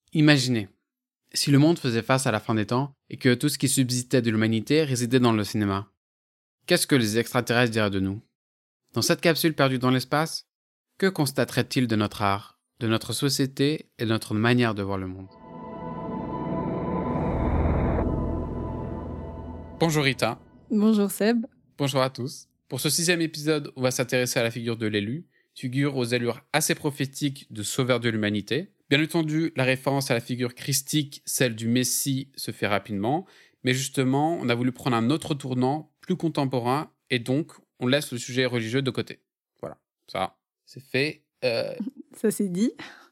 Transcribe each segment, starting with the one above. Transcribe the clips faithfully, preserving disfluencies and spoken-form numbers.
Imaginez, si le monde faisait face à la fin des temps et que tout ce qui subsistait de l'humanité résidait dans le cinéma, qu'est-ce que les extraterrestres diraient de nous? Dans cette capsule perdue dans l'espace, que constateraient-ils de notre art, de notre société et de notre manière de voir le monde? Bonjour Rita. Bonjour Seb. Bonjour à tous. Pour ce sixième épisode, on va s'intéresser à la figure de l'élu, figure aux allures assez prophétiques de sauveur de l'humanité. Bien entendu, la référence à la figure christique, celle du Messie, se fait rapidement, mais justement, on a voulu prendre un autre tournant, plus contemporain, et donc, on laisse le sujet religieux de côté. Voilà, ça, c'est fait. Euh... Ça c'est dit.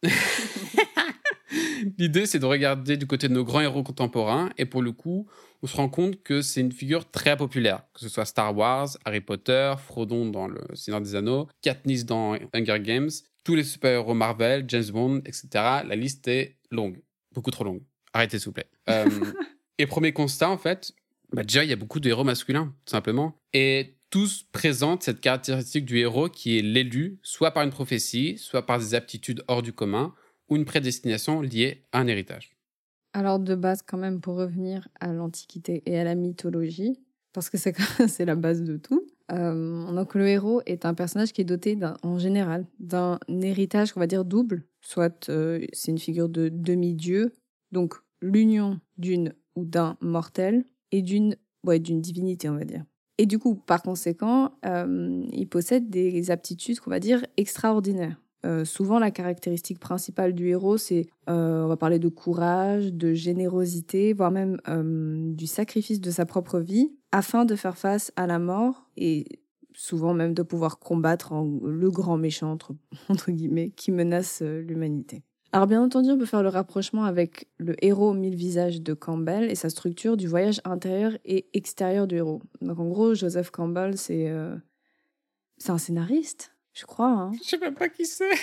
L'idée, c'est de regarder du côté de nos grands héros contemporains, et pour le coup, on se rend compte que c'est une figure très populaire, que ce soit Star Wars, Harry Potter, Frodon dans Le Seigneur des Anneaux, Katniss dans Hunger Games, tous les super-héros Marvel, James Bond, et cetera. La liste est longue, beaucoup trop longue. Arrêtez, s'il vous plaît. Euh, et premier constat, en fait, bah déjà, il y a beaucoup de héros masculins, tout simplement. Et tous présentent cette caractéristique du héros qui est l'élu, soit par une prophétie, soit par des aptitudes hors du commun, ou une prédestination liée à un héritage. Alors de base, quand même, pour revenir à l'Antiquité et à la mythologie, parce que c'est, c'est la base de tout, euh, donc le héros est un personnage qui est doté, d'un, en général, d'un héritage qu'on va dire double, soit euh, c'est une figure de demi-dieu, donc l'union d'une ou d'un mortel et d'une, ouais, d'une divinité, on va dire. Et du coup, par conséquent, euh, il possède des aptitudes qu'on va dire extraordinaires. Euh, souvent, la caractéristique principale du héros, c'est, euh, on va parler de courage, de générosité, voire même euh, du sacrifice de sa propre vie, afin de faire face à la mort et souvent même de pouvoir combattre en, le grand méchant, entre, entre guillemets, qui menace euh, l'humanité. Alors bien entendu, on peut faire le rapprochement avec le héros aux mille visages de Campbell et sa structure du voyage intérieur et extérieur du héros. Donc en gros, Joseph Campbell, c'est, euh, c'est un scénariste. Je crois, hein. Je sais même pas qui c'est.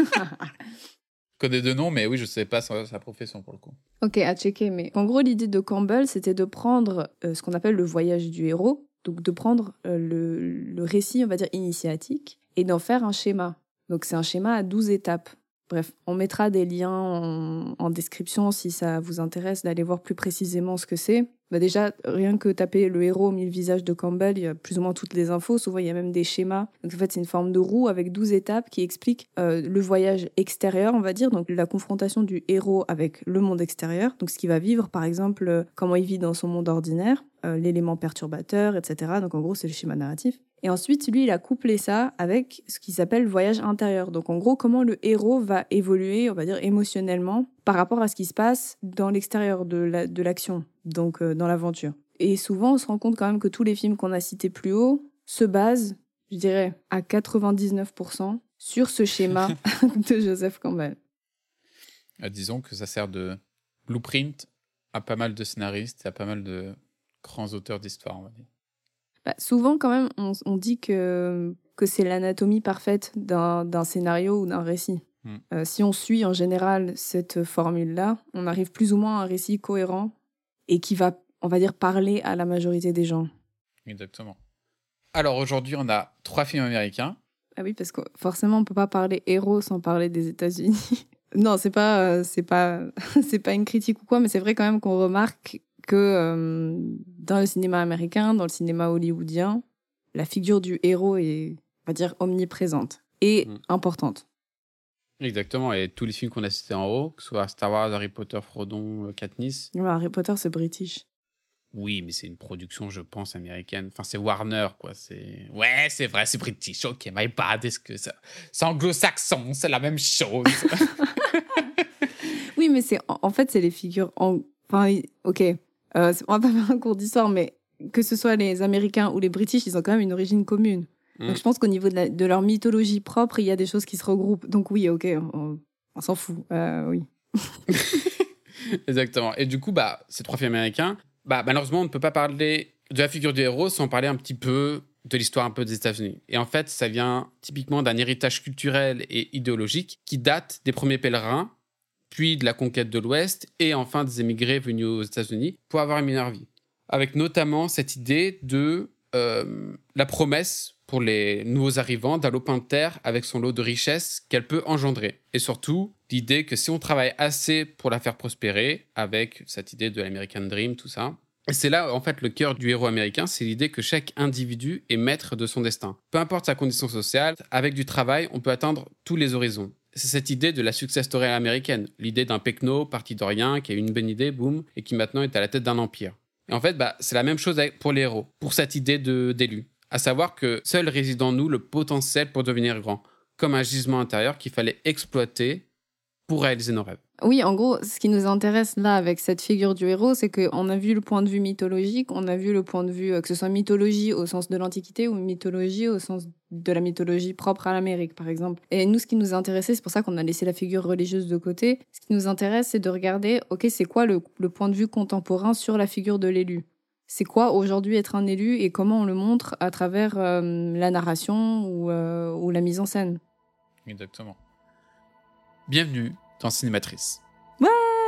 Je connais deux noms, mais oui, je sais pas sa, sa profession pour le coup. Ok, à checker. Mais en gros, l'idée de Campbell, c'était de prendre euh, ce qu'on appelle le voyage du héros, donc de prendre euh, le, le récit, on va dire, initiatique, et d'en faire un schéma. Donc c'est un schéma à douze étapes. Bref, on mettra des liens en, en description si ça vous intéresse d'aller voir plus précisément ce que c'est. Bah déjà, rien que taper le héros aux mille visages de Campbell, il y a plus ou moins toutes les infos. Souvent, il y a même des schémas. Donc en fait, c'est une forme de roue avec douze étapes qui expliquent euh, le voyage extérieur, on va dire, donc la confrontation du héros avec le monde extérieur. Donc ce qu'il va vivre, par exemple, euh, comment il vit dans son monde ordinaire, euh, l'élément perturbateur, et cetera. Donc en gros, c'est le schéma narratif. Et ensuite, lui, il a couplé ça avec ce qui s'appelle voyage intérieur. Donc, en gros, comment le héros va évoluer, on va dire, émotionnellement par rapport à ce qui se passe dans l'extérieur de, la, de l'action, donc euh, dans l'aventure. Et souvent, on se rend compte quand même que tous les films qu'on a cités plus haut se basent, je dirais, à quatre-vingt-dix-neuf pour cent sur ce schéma de Joseph Campbell. Euh, disons que ça sert de blueprint à pas mal de scénaristes et à pas mal de grands auteurs d'histoire, on va dire. Bah, souvent, quand même, on, on dit que, que c'est l'anatomie parfaite d'un, d'un scénario ou d'un récit. Mm. Euh, si on suit en général cette formule-là, on arrive plus ou moins à un récit cohérent et qui va, on va dire, parler à la majorité des gens. Exactement. Alors aujourd'hui, on a trois films américains. Ah oui, parce que forcément, on ne peut pas parler héros sans parler des États-Unis. Non, c'est pas, euh, c'est pas, c'est pas une critique ou quoi, mais c'est vrai quand même qu'on remarque que euh, dans le cinéma américain, dans le cinéma hollywoodien, la figure du héros est, on va dire, omniprésente et mmh. importante. Exactement, et tous les films qu'on a cités en haut, que ce soit Star Wars, Harry Potter, Frodon, Katniss. Ouais, Harry Potter, c'est british. Oui, mais c'est une production, je pense, américaine. Enfin, c'est Warner, quoi. C'est... Ouais, c'est vrai, c'est british. Ok, my bad. Est-ce que ça... c'est anglo-saxon, c'est la même chose. Oui, mais c'est, en fait, c'est les figures... En... Enfin, ok, euh, on va pas faire un cours d'histoire, mais que ce soit les Américains ou les British, ils ont quand même une origine commune. Mm. Donc je pense qu'au niveau de, la, de leur mythologie propre, il y a des choses qui se regroupent. Donc oui, ok, on, on s'en fout. Euh, oui. Exactement. Et du coup, bah, ces trois films américains, bah, malheureusement, on ne peut pas parler de la figure du héros sans parler un petit peu de l'histoire un peu des États-Unis. Et en fait, ça vient typiquement d'un héritage culturel et idéologique qui date des premiers pèlerins, puis de la conquête de l'Ouest, et enfin des émigrés venus aux États-Unis pour avoir une meilleure vie. Avec notamment cette idée de euh, la promesse pour les nouveaux arrivants d'un lopin de terre avec son lot de richesses qu'elle peut engendrer. Et surtout, L'idée que si on travaille assez pour la faire prospérer, avec cette idée de l'American Dream, tout ça. Et c'est là, en fait, le cœur du héros américain, c'est l'idée que chaque individu est maître de son destin. Peu importe sa condition sociale, avec du travail, on peut atteindre tous les horizons. C'est cette idée de la success story américaine. L'idée d'un pecno parti de rien, qui a eu une bonne idée, boum, et qui maintenant est à la tête d'un empire. Et en fait, bah, c'est la même chose pour les héros, pour cette idée de, d'élu. À savoir que seul réside en nous le potentiel pour devenir grand, comme un gisement intérieur qu'il fallait exploiter pour réaliser nos rêves. Oui, en gros, ce qui nous intéresse là avec cette figure du héros, c'est qu'on a vu le point de vue mythologique, on a vu le point de vue, euh, que ce soit mythologie au sens de l'Antiquité ou mythologie au sens de la mythologie propre à l'Amérique, par exemple. Et nous, ce qui nous intéressait, c'est pour ça qu'on a laissé la figure religieuse de côté, ce qui nous intéresse, c'est de regarder, ok, c'est quoi le, le point de vue contemporain sur la figure de l'élu ? C'est quoi aujourd'hui être un élu et comment on le montre à travers euh, la narration ou, euh, ou la mise en scène ? Exactement. Bienvenue dans Cinématrice. Ouais.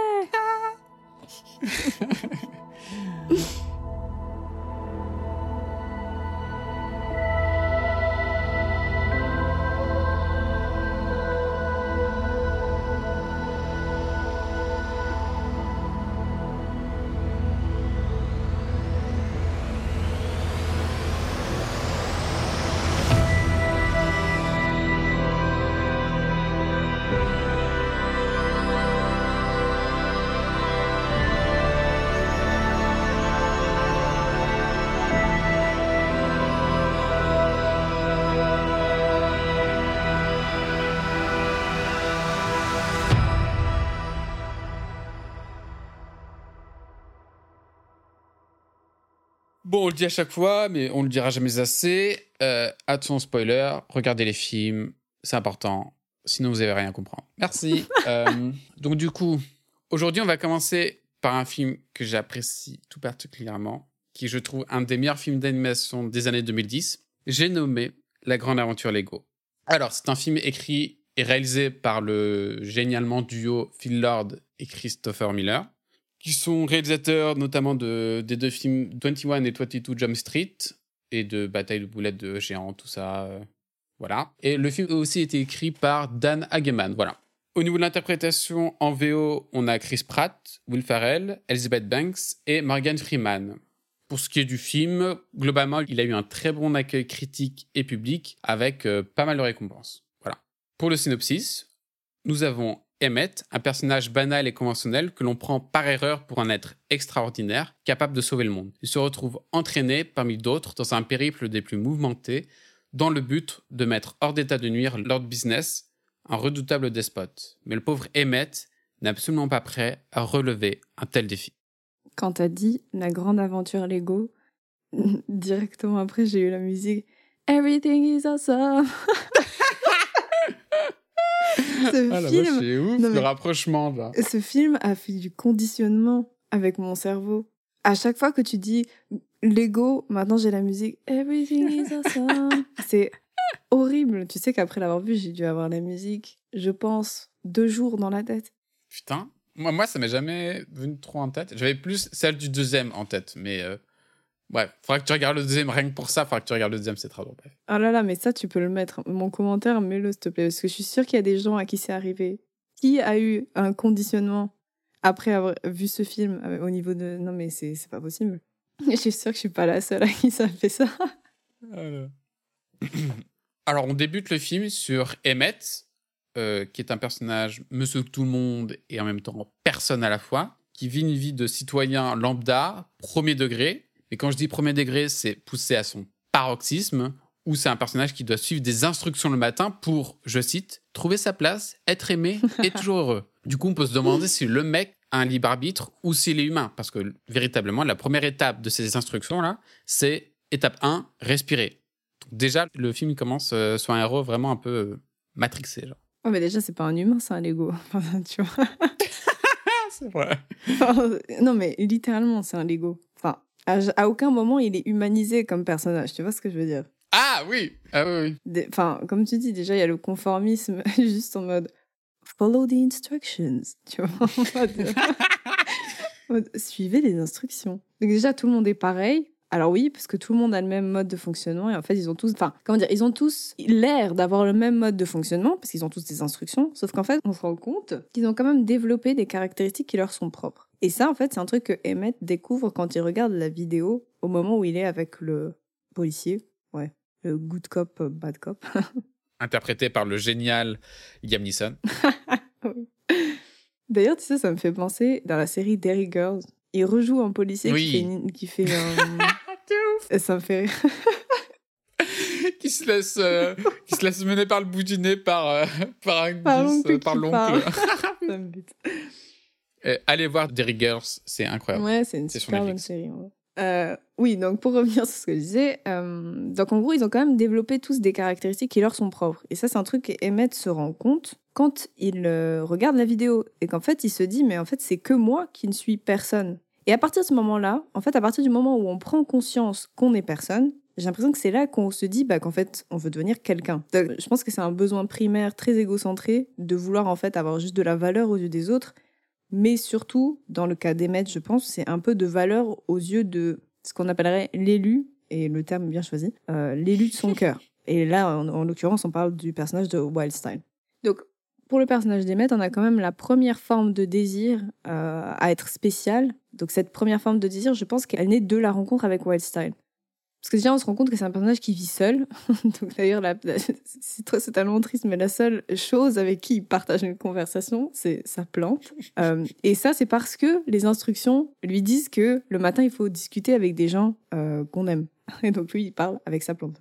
Bon, on le dit à chaque fois, mais on le dira jamais assez. Euh, attention spoiler, regardez les films, c'est important. Sinon, vous n'allez rien comprendre. Merci. euh, donc du coup, aujourd'hui, on va commencer par un film que j'apprécie tout particulièrement, qui je trouve un des meilleurs films d'animation des années deux mille dix. J'ai nommé La Grande Aventure Lego. Alors, c'est un film écrit et réalisé par le génialement duo Phil Lord et Christopher Miller, qui sont réalisateurs notamment de, des deux films vingt et un et vingt-deux Jump Street et de Bataille de boulettes de géants, tout ça. Euh, voilà. Et le film a aussi été écrit par Dan Hageman. Voilà. Au niveau de l'interprétation en V O, on a Chris Pratt, Will Ferrell, Elizabeth Banks et Morgan Freeman. Pour ce qui est du film, globalement, il a eu un très bon accueil critique et public avec euh, pas mal de récompenses. Voilà. Pour le synopsis, nous avons Emmett, un personnage banal et conventionnel que l'on prend par erreur pour un être extraordinaire, capable de sauver le monde. Il se retrouve entraîné, parmi d'autres, dans un périple des plus mouvementés, dans le but de mettre hors d'état de nuire Lord Business, un redoutable despote. Mais le pauvre Emmett n'est absolument pas prêt à relever un tel défi. Quand t'as dit La Grande Aventure Lego, directement après, j'ai eu la musique « Everything is awesome ». Ce ah, la film, vache, c'est ouf, non, le mais rapprochement, là. Ce film a fait du conditionnement avec mon cerveau. À chaque fois que tu dis Lego, maintenant j'ai la musique Everything is awesome. C'est horrible. Tu sais qu'après l'avoir vu, j'ai dû avoir la musique, je pense, deux jours dans la tête. Putain, moi, moi ça m'est jamais venu trop en tête. J'avais plus celle du deuxième en tête, mais... Euh... Ouais, faudra que tu regardes le deuxième, rien que pour ça, faudra que tu regardes le deuxième, c'est très drôle. Oh là là, mais ça, tu peux le mettre. Mon commentaire, mets-le, s'il te plaît, parce que je suis sûre qu'il y a des gens à qui c'est arrivé. Qui a eu un conditionnement après avoir vu ce film au niveau de... Non, mais c'est, c'est pas possible. Je suis sûre que je suis pas la seule à qui ça fait ça. Alors, Alors on débute le film sur Emmett, euh, qui est un personnage monsieur tout le monde et en même temps personne à la fois, qui vit une vie de citoyen lambda, premier degré. Et quand je dis premier degré, c'est poussé à son paroxysme, où c'est un personnage qui doit suivre des instructions le matin pour, je cite, trouver sa place, être aimé et toujours heureux. Du coup, on peut se demander si le mec a un libre arbitre ou s'il est humain. Parce que, véritablement, la première étape de ces instructions-là, c'est étape un, respirer. Donc, déjà, le film commence euh, sur un héros vraiment un peu euh, matrixé. Genre. Oh, mais déjà, c'est pas un humain, c'est un Lego. Enfin, tu vois. C'est vrai. Enfin, non, mais littéralement, c'est un Lego. Enfin, à, à aucun moment, il est humanisé comme personnage. Tu vois ce que je veux dire ? Ah oui, ah oui, oui. Enfin, comme tu dis, déjà, il y a le conformisme, juste en mode follow the instructions, tu vois, en mode, en mode, suivez les instructions. Donc déjà, tout le monde est pareil, Alors oui, parce que tout le monde a le même mode de fonctionnement et en fait, ils ont tous, enfin, comment dire, ils ont tous l'air d'avoir le même mode de fonctionnement parce qu'ils ont tous des instructions, sauf qu'en fait, on se rend compte qu'ils ont quand même développé des caractéristiques qui leur sont propres. Et ça, en fait, c'est un truc que Emmett découvre quand il regarde la vidéo au moment où il est avec le policier, ouais, le good cop, bad cop. Interprété par le génial Liam Neeson. Oui. D'ailleurs, tu sais, ça me fait penser, dans la série Derry Girls, il rejoue un policier Oui. qui fait, une- qui fait un... Et ça me fait rire. qui, se laisse, euh, qui se laisse mener par le bout du nez par, euh, par un Par gus, l'oncle euh, par qui l'oncle. parle. Ça me bute. Euh, allez voir Derry Girls, c'est incroyable. Ouais, c'est une C'est sur super bonne Netflix. série. Ouais. Euh, oui, donc pour revenir sur ce que je disais, euh, donc en gros, ils ont quand même développé tous des caractéristiques qui leur sont propres. Et ça, c'est un truc qu'Emmett se rend compte quand il euh, regarde la vidéo et qu'en fait, il se dit, mais en fait, c'est que moi qui ne suis personne. Et à partir de ce moment-là, en fait, à partir du moment où on prend conscience qu'on est personne, j'ai l'impression que c'est là qu'on se dit bah, qu'en fait, on veut devenir quelqu'un. Donc, je pense que c'est un besoin primaire très égocentré de vouloir en fait avoir juste de la valeur aux yeux des autres. Mais surtout, dans le cas d'Emmett, je pense, c'est un peu de valeur aux yeux de ce qu'on appellerait l'élu, et le terme est bien choisi, euh, l'élu de son cœur. Et là, en, en l'occurrence, on parle du personnage de Wildstyle. Donc, pour le personnage d'Emmett, on a quand même la première forme de désir euh, à être spécial. Donc, cette première forme de désir, je pense qu'elle naît de la rencontre avec Wildstyle. Parce que déjà, on se rend compte que c'est un personnage qui vit seul. Donc d'ailleurs, la, la, c'est, trop, c'est tellement triste, mais la seule chose avec qui il partage une conversation, c'est sa plante. Euh, et ça, c'est parce que les instructions lui disent que le matin, il faut discuter avec des gens euh, qu'on aime. Et donc lui, il parle avec sa plante.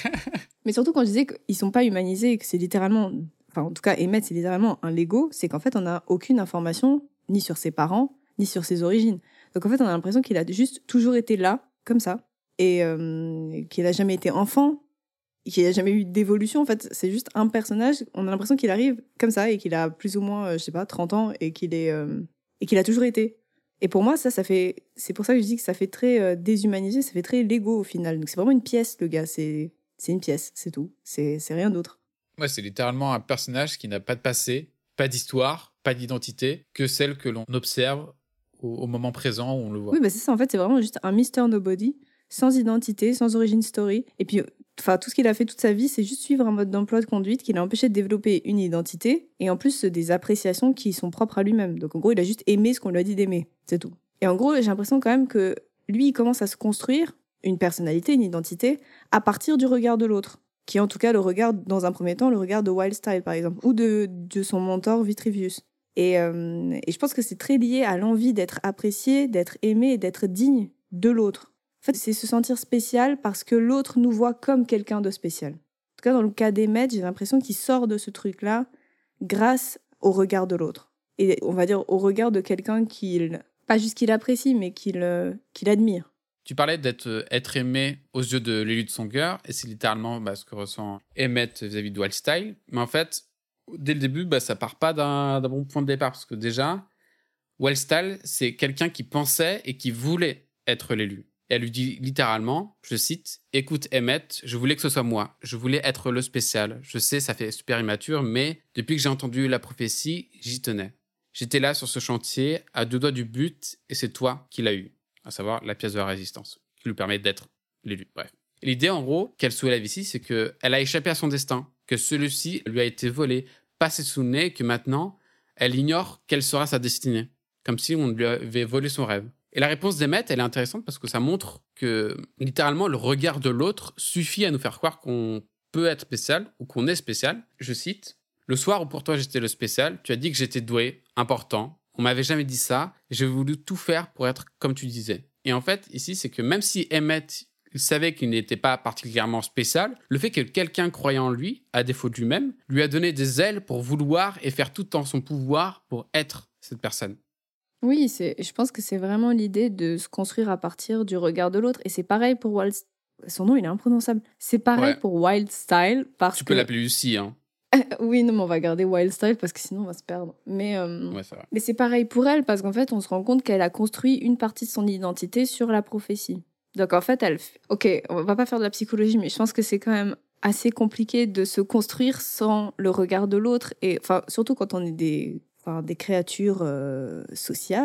Mais surtout, quand je disais qu'ils sont pas humanisés et que c'est littéralement... Enfin, en tout cas, Emmett, c'est littéralement un Lego, c'est qu'en fait, on n'a aucune information, ni sur ses parents, ni sur ses origines. Donc en fait, on a l'impression qu'il a juste toujours été là, comme ça. Et euh, qu'il n'a jamais été enfant, qu'il n'a jamais eu d'évolution. En fait, c'est juste un personnage. On a l'impression qu'il arrive comme ça et qu'il a plus ou moins, euh, je sais pas, trente ans et qu'il, est, euh, et qu'il a toujours été. Et pour moi, ça, ça fait... C'est pour ça que je dis que ça fait très euh, déshumanisé, ça fait très Lego au final. Donc c'est vraiment une pièce, le gars. C'est, c'est une pièce, c'est tout. C'est, c'est rien d'autre. Ouais, c'est littéralement un personnage qui n'a pas de passé, pas d'histoire, pas d'identité, que celle que l'on observe au, au moment présent où on le voit. Oui, bah c'est ça. En fait, c'est vraiment juste un mister Nobody, sans identité, sans origin story. Et puis, enfin, tout ce qu'il a fait toute sa vie, c'est juste suivre un mode d'emploi de conduite qui l'a empêché de développer une identité et en plus des appréciations qui sont propres à lui-même. Donc, en gros, il a juste aimé ce qu'on lui a dit d'aimer. C'est tout. Et en gros, j'ai l'impression quand même que lui, il commence à se construire une personnalité, une identité, à partir du regard de l'autre. Qui, en tout cas, le regard, dans un premier temps, le regard de Wildstyle, par exemple, ou de, de son mentor Vitruvius. Et, euh, et je pense que c'est très lié à l'envie d'être apprécié, d'être aimé et d'être digne de l'autre. En fait, c'est se sentir spécial parce que l'autre nous voit comme quelqu'un de spécial. En tout cas, dans le cas d'Emmett, j'ai l'impression qu'il sort de ce truc-là grâce au regard de l'autre. Et on va dire au regard de quelqu'un qu'il, pas juste qu'il apprécie, mais qu'il, euh, qu'il admire. Tu parlais d'être euh, être aimé aux yeux de l'élu de son cœur, et c'est littéralement bah, ce que ressent Emmett vis-à-vis de Wildstyle. Mais en fait, dès le début, bah, ça part pas d'un, d'un bon point de départ, parce que déjà, Wildstyle, c'est quelqu'un qui pensait et qui voulait être l'élu. Et elle lui dit littéralement, je cite, « Écoute Emmett, je voulais que ce soit moi. Je voulais être le spécial. Je sais, ça fait super immature, mais depuis que j'ai entendu la prophétie, j'y tenais. J'étais là sur ce chantier, à deux doigts du but, et c'est toi qui l'as eu. » À savoir la pièce de la résistance, qui lui permet d'être l'élu. Bref. Et l'idée, en gros, qu'elle soulève ici, c'est qu'elle a échappé à son destin, que celui-ci lui a été volé, passé sous le nez, que maintenant, elle ignore quelle sera sa destinée. Comme si on lui avait volé son rêve. Et la réponse d'Emmett, elle est intéressante parce que ça montre que, littéralement, le regard de l'autre suffit à nous faire croire qu'on peut être spécial ou qu'on est spécial. Je cite, « Le soir où pour toi j'étais le spécial, tu as dit que j'étais doué, important. On m'avait jamais dit ça. J'ai voulu tout faire pour être comme tu disais. » Et en fait, ici, c'est que même si Emmett, il savait qu'il n'était pas particulièrement spécial, le fait que quelqu'un croyant en lui, à défaut de lui-même, lui a donné des ailes pour vouloir et faire tout en son pouvoir pour être cette personne. Oui, c'est, je pense que c'est vraiment l'idée de se construire à partir du regard de l'autre. Et c'est pareil pour Wild... Son nom, il est imprononçable. C'est pareil Ouais. pour Wildstyle parce Tu que... peux l'appeler Lucie, hein. Oui, non, mais on va garder Wildstyle parce que sinon on va se perdre. Mais, euh, Ouais, c'est vrai. mais c'est pareil pour elle parce qu'en fait, on se rend compte qu'elle a construit une partie de son identité sur la prophétie. Donc en fait, elle... f- Ok, on va pas faire de la psychologie, mais je pense que c'est quand même assez compliqué de se construire sans le regard de l'autre. Et enfin, surtout quand on est des, enfin, des créatures euh, sociales.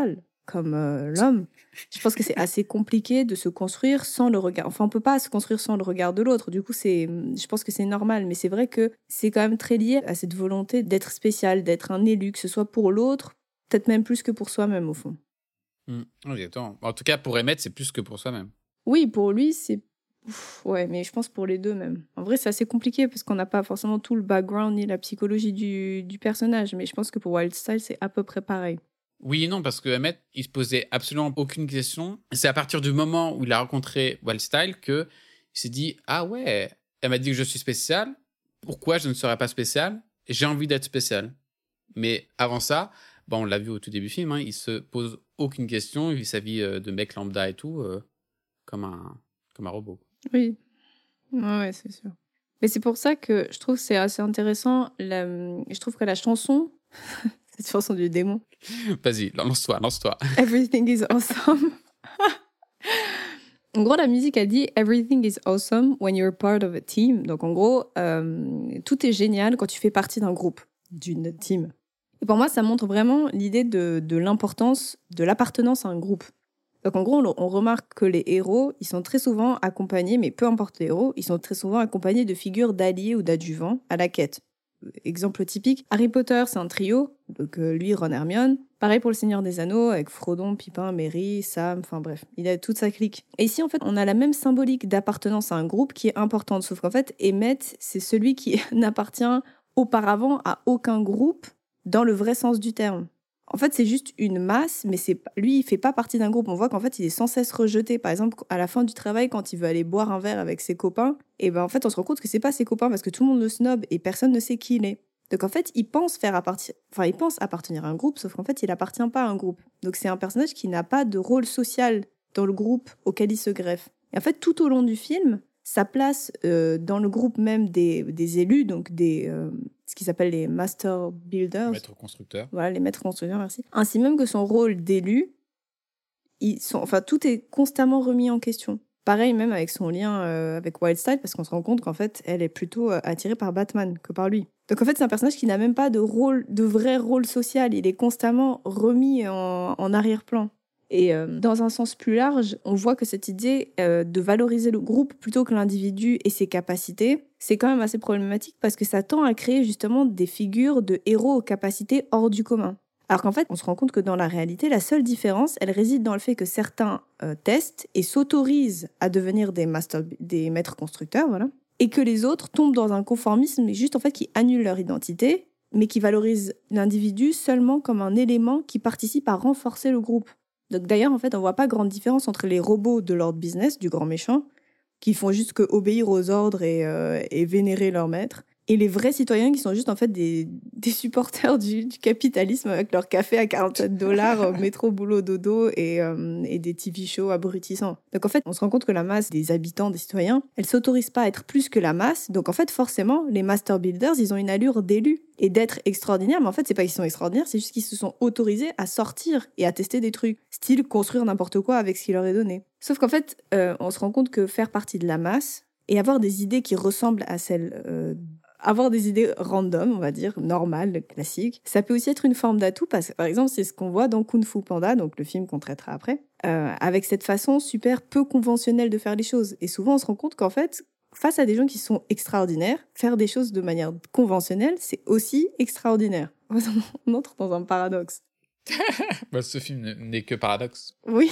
comme euh, l'homme, je pense que c'est assez compliqué de se construire sans le regard. Enfin, on peut pas se construire sans le regard de l'autre. Du coup, c'est, je pense que c'est normal. Mais c'est vrai que c'est quand même très lié à cette volonté d'être spécial, d'être un élu, que ce soit pour l'autre, peut-être même plus que pour soi-même, au fond. Mmh. Exactement. En tout cas, pour Emmett, c'est plus que pour soi-même. Oui, pour lui, c'est... Ouf, ouais, mais je pense pour les deux même. En vrai, c'est assez compliqué parce qu'on n'a pas forcément tout le background ni la psychologie du, du personnage. Mais je pense que pour Wildstyle, c'est à peu près pareil. Oui et non, parce que Emmett, il se posait absolument aucune question. C'est à partir du moment où il a rencontré Wildstyle qu'il s'est dit « Ah ouais, elle m'a dit que je suis spécial. Pourquoi je ne serais pas spécial ? J'ai envie d'être spécial. » Mais avant ça, bon, on l'a vu au tout début du film, hein, il se pose aucune question. Il vit sa vie euh, de mec lambda et tout, euh, comme, un, comme un robot. Oui, ouais, ouais, c'est sûr. Mais c'est pour ça que je trouve que c'est assez intéressant. La... Je trouve que la chanson, cette chanson du démon, Vas-y, lance-toi, lance-toi. Everything is awesome. En gros, la musique a dit Everything is awesome when you're part of a team. Donc en gros, euh, tout est génial quand tu fais partie d'un groupe, d'une team. Et pour moi, ça montre vraiment l'idée de, de l'importance de l'appartenance à un groupe. Donc en gros, on, on remarque que les héros, ils sont très souvent accompagnés, mais peu importe les héros, ils sont très souvent accompagnés de figures d'alliés ou d'adjuvants à la quête. Exemple typique, Harry Potter, c'est un trio, donc euh, lui, Ron, Hermione. Pareil pour le Seigneur des Anneaux, avec Frodon, Pipin, Merry, Sam, enfin bref, il a toute sa clique. Et ici, en fait, on a la même symbolique d'appartenance à un groupe qui est importante, sauf qu'en fait, Emmett, c'est celui qui n'appartient auparavant à aucun groupe dans le vrai sens du terme. En fait, c'est juste une masse, mais c'est lui, il fait pas partie d'un groupe. On voit qu'en fait, il est sans cesse rejeté. Par exemple, à la fin du travail, quand il veut aller boire un verre avec ses copains, et ben en fait, on se rend compte que c'est pas ses copains parce que tout le monde le snob et personne ne sait qui il est. Donc en fait, il pense faire appartenir, enfin, il pense appartenir à un groupe, sauf qu'en fait, il appartient pas à un groupe. Donc c'est un personnage qui n'a pas de rôle social dans le groupe auquel il se greffe. Et en fait, tout au long du film, sa place euh, dans le groupe même des, des élus, donc des, euh, ce qu'ils appellent les master builders. Maître constructeur. Voilà, les maîtres constructeurs, merci. Ainsi même que son rôle d'élu, ils sont, enfin, tout est constamment remis en question. Pareil même avec son lien euh, avec Wildstyle, parce qu'on se rend compte qu'en fait, elle est plutôt euh, attirée par Batman que par lui. Donc en fait, c'est un personnage qui n'a même pas de rôle, de vrai rôle social. Il est constamment remis en, en arrière-plan. Et euh, dans un sens plus large, on voit que cette idée euh, de valoriser le groupe plutôt que l'individu et ses capacités, c'est quand même assez problématique parce que ça tend à créer justement des figures de héros aux capacités hors du commun. Alors qu'en fait, on se rend compte que dans la réalité, la seule différence, elle réside dans le fait que certains euh, testent et s'autorisent à devenir des, master, des maîtres constructeurs, voilà, et que les autres tombent dans un conformisme juste en fait qui annule leur identité, mais qui valorise l'individu seulement comme un élément qui participe à renforcer le groupe. Donc d'ailleurs, en fait, on voit pas grande différence entre les robots de Lord Business, du grand méchant, qui font juste que obéir aux ordres et, euh, et vénérer leur maître, et les vrais citoyens qui sont juste en fait des, des supporters du, du capitalisme avec leur café à quarante-sept dollars, métro, boulot, dodo et, euh, et des T V shows abrutissants. Donc en fait, on se rend compte que la masse des habitants, des citoyens, elle s'autorise pas à être plus que la masse. Donc en fait, forcément, les master builders, ils ont une allure d'élus et d'être extraordinaires. Mais en fait, c'est pas qu'ils sont extraordinaires, c'est juste qu'ils se sont autorisés à sortir et à tester des trucs, style construire n'importe quoi avec ce qui leur est donné. Sauf qu'en fait, euh, on se rend compte que faire partie de la masse et avoir des idées qui ressemblent à celles euh, avoir des idées random, on va dire, normales, classiques, ça peut aussi être une forme d'atout, parce que par exemple, c'est ce qu'on voit dans Kung Fu Panda, donc le film qu'on traitera après, euh, avec cette façon super peu conventionnelle de faire les choses. Et souvent, on se rend compte qu'en fait, face à des gens qui sont extraordinaires, faire des choses de manière conventionnelle, c'est aussi extraordinaire. On entre dans un paradoxe. Bah, ce film n'est que paradoxe. Oui.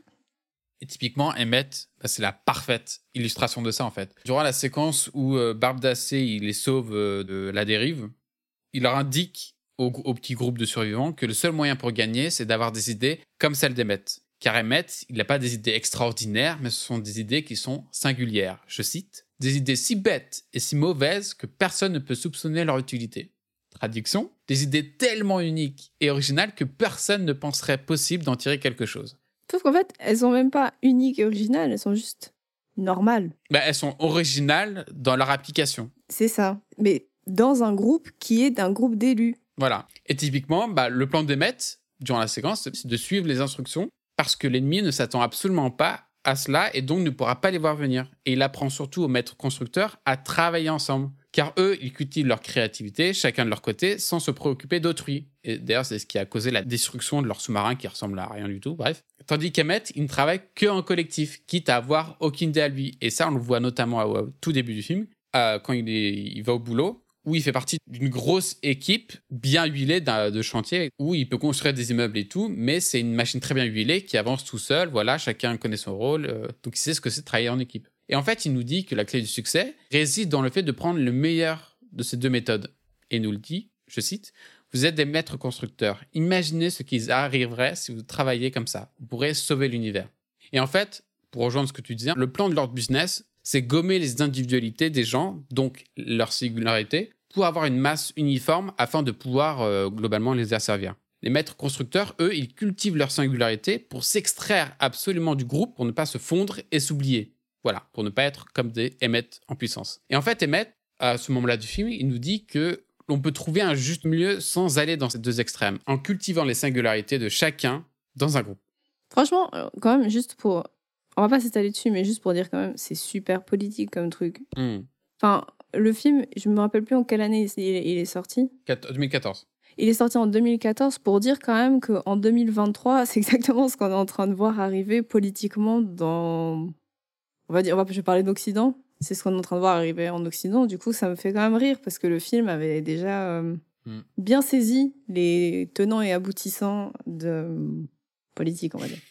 Et typiquement, Emmett, bah, c'est la parfaite illustration de ça, en fait. Durant la séquence où euh, Barbe d'Acier, il les sauve euh, de la dérive, il leur indique au, au petit groupe de survivants que le seul moyen pour gagner, c'est d'avoir des idées comme celles d'Emmett. Car Emmett, il n'a pas des idées extraordinaires, mais ce sont des idées qui sont singulières. Je cite, « Des idées si bêtes et si mauvaises que personne ne peut soupçonner leur utilité. » Traduction, des idées tellement uniques et originales que personne ne penserait possible d'en tirer quelque chose. Sauf qu'en fait, elles sont même pas uniques et originales, elles sont juste normales. Bah, elles sont originales dans leur application. C'est ça. Mais dans un groupe qui est un groupe d'élus. Voilà. Et typiquement, bah, le plan d'Emmett, durant la séquence, c'est de suivre les instructions parce que l'ennemi ne s'attend absolument pas à cela et donc ne pourra pas les voir venir. Et il apprend surtout aux maîtres constructeurs à travailler ensemble. Car eux, ils cultivent leur créativité, chacun de leur côté, sans se préoccuper d'autrui. Et d'ailleurs, c'est ce qui a causé la destruction de leur sous-marin qui ressemble à rien du tout, bref. Tandis qu'Emmett, il ne travaille qu'en collectif, quitte à avoir aucune idée à lui. Et ça, on le voit notamment au, au tout début du film, euh, quand il, est, il va au boulot, où il fait partie d'une grosse équipe bien huilée de chantier, où il peut construire des immeubles et tout, mais c'est une machine très bien huilée qui avance tout seul, voilà, chacun connaît son rôle, euh, donc il sait ce que c'est de travailler en équipe. Et en fait, il nous dit que la clé du succès réside dans le fait de prendre le meilleur de ces deux méthodes. Et il nous le dit, je cite, « Vous êtes des maîtres constructeurs. Imaginez ce qui arriverait si vous travailliez comme ça. Vous pourrez sauver l'univers. » Et en fait, pour rejoindre ce que tu disais, le plan de leur business, c'est gommer les individualités des gens, donc leur singularité, pour avoir une masse uniforme afin de pouvoir euh, globalement les asservir. Les maîtres constructeurs, eux, ils cultivent leur singularité pour s'extraire absolument du groupe, pour ne pas se fondre et s'oublier. Voilà, pour ne pas être comme des Emmett en puissance. Et en fait, Emmett, à ce moment-là du film, il nous dit que l'on peut trouver un juste milieu sans aller dans ces deux extrêmes, en cultivant les singularités de chacun dans un groupe. Franchement, quand même, juste pour... On va pas s'étaler dessus, mais juste pour dire quand même, c'est super politique comme truc. Mm. Enfin, le film, je me rappelle plus en quelle année il est, il est sorti. deux mille quatorze. Il est sorti en deux mille quatorze pour dire quand même qu'en deux mille vingt-trois, c'est exactement ce qu'on est en train de voir arriver politiquement dans... On va dire, on va, je vais parler d'Occident. C'est ce qu'on est en train de voir arriver en Occident. Du coup, ça me fait quand même rire parce que le film avait déjà euh, mm. bien saisi les tenants et aboutissants de euh, politique, on va dire.